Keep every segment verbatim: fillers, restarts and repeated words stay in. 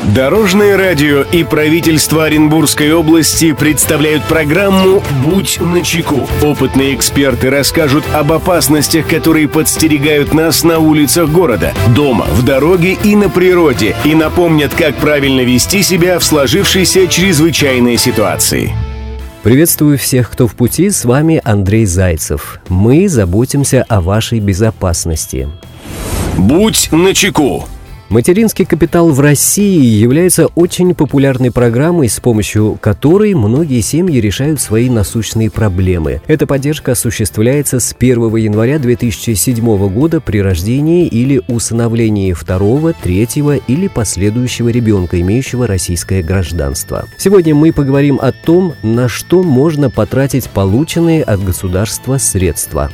Дорожное радио и правительство Оренбургской области представляют программу «Будь начеку». Опытные эксперты расскажут об опасностях, которые подстерегают нас на улицах города, дома, в дороге и на природе, и напомнят, как правильно вести себя в сложившейся чрезвычайной ситуации. Приветствую всех, кто в пути, с вами Андрей Зайцев. Мы заботимся о вашей безопасности. «Будь начеку». Материнский капитал в России является очень популярной программой, с помощью которой многие семьи решают свои насущные проблемы. Эта поддержка осуществляется с первого января две тысячи седьмого года при рождении или усыновлении второго, третьего или последующего ребенка, имеющего российское гражданство. Сегодня мы поговорим о том, на что можно потратить полученные от государства средства.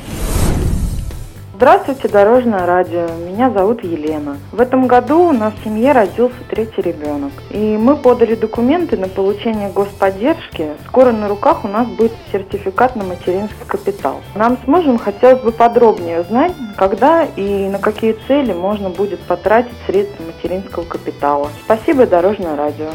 Здравствуйте, Дорожное радио. Меня зовут Елена. В этом году у нас в семье родился третий ребенок. И мы подали документы на получение господдержки. Скоро на руках у нас будет сертификат на материнский капитал. Нам с мужем хотелось бы подробнее узнать, когда и на какие цели можно будет потратить средства материнского капитала. Спасибо, Дорожное радио.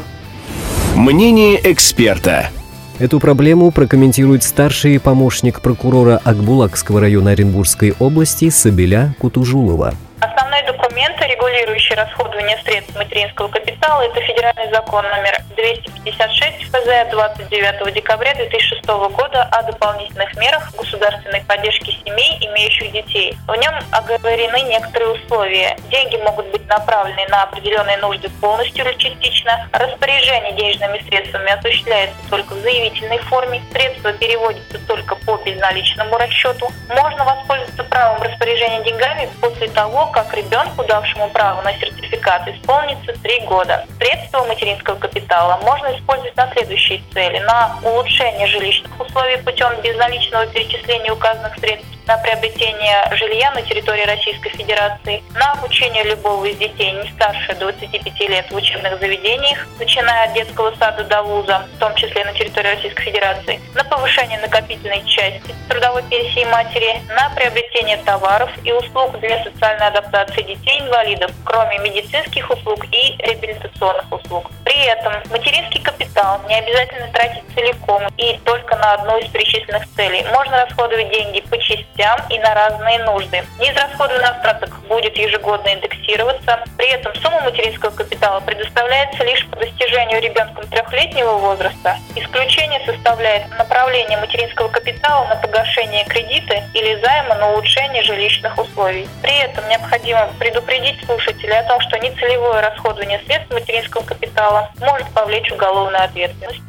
Мнение эксперта. Эту проблему прокомментирует старший помощник прокурора Акбулакского района Оренбургской области Сабиля Кутужулова. Основной документ, регулирующий расходование средств материнского капитала, это федеральный закон номер двести пятьдесят шесть ФЗ от двадцать девятого декабря две тысячи шестого года о дополнительных мерах государственной поддержки семей, имеющих детей. В нем оговорены некоторые условия. Деньги могут быть направлены на определенные нужды полностью или частично. Распоряжение денежными средствами осуществляется только в заявительной форме. Средства переводятся только по безналичному расчету. Можно воспользоваться правом распоряжения деньгами после того, как ребенку, давшему право на сертификат, исполнится три года. Средства материнского капитала можно использовать на следующие цели: на улучшение жилищных условий путем безналичного перечисления указанных средств, на приобретение жилья на территории Российской Федерации, на обучение любого из детей не старше двадцати пяти лет в учебных заведениях, начиная от детского сада до вуза, в том числе на территории Российской Федерации, на повышение накопительной части трудовой пенсии матери, на приобретение товаров и услуг для социальной адаптации детей-инвалидов, кроме медицинских услуг и реабилитационных услуг. При этом материнский капитал не обязательно тратить целиком и только на одну из перечисленных целей. Можно расходовать деньги по частям и на разные нужды. Неизрасходованный остаток будет ежегодно индексироваться. При этом сумма материнского капитала предоставляется лишь по достижению ребенком трехлетнего возраста. Исключение составляет направление материнского капитала на погашение кредита или займа на улучшение жилищных условий. При этом необходимо предупредить слушателей о том, что нецелевое расходование средств материнского капитала может повлечь уголовную ответственность.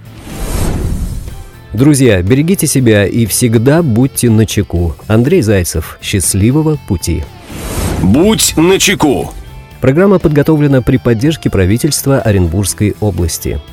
Друзья, берегите себя и всегда будьте начеку. Андрей Зайцев. Счастливого пути. «Будь начеку». Программа подготовлена при поддержке правительства Оренбургской области.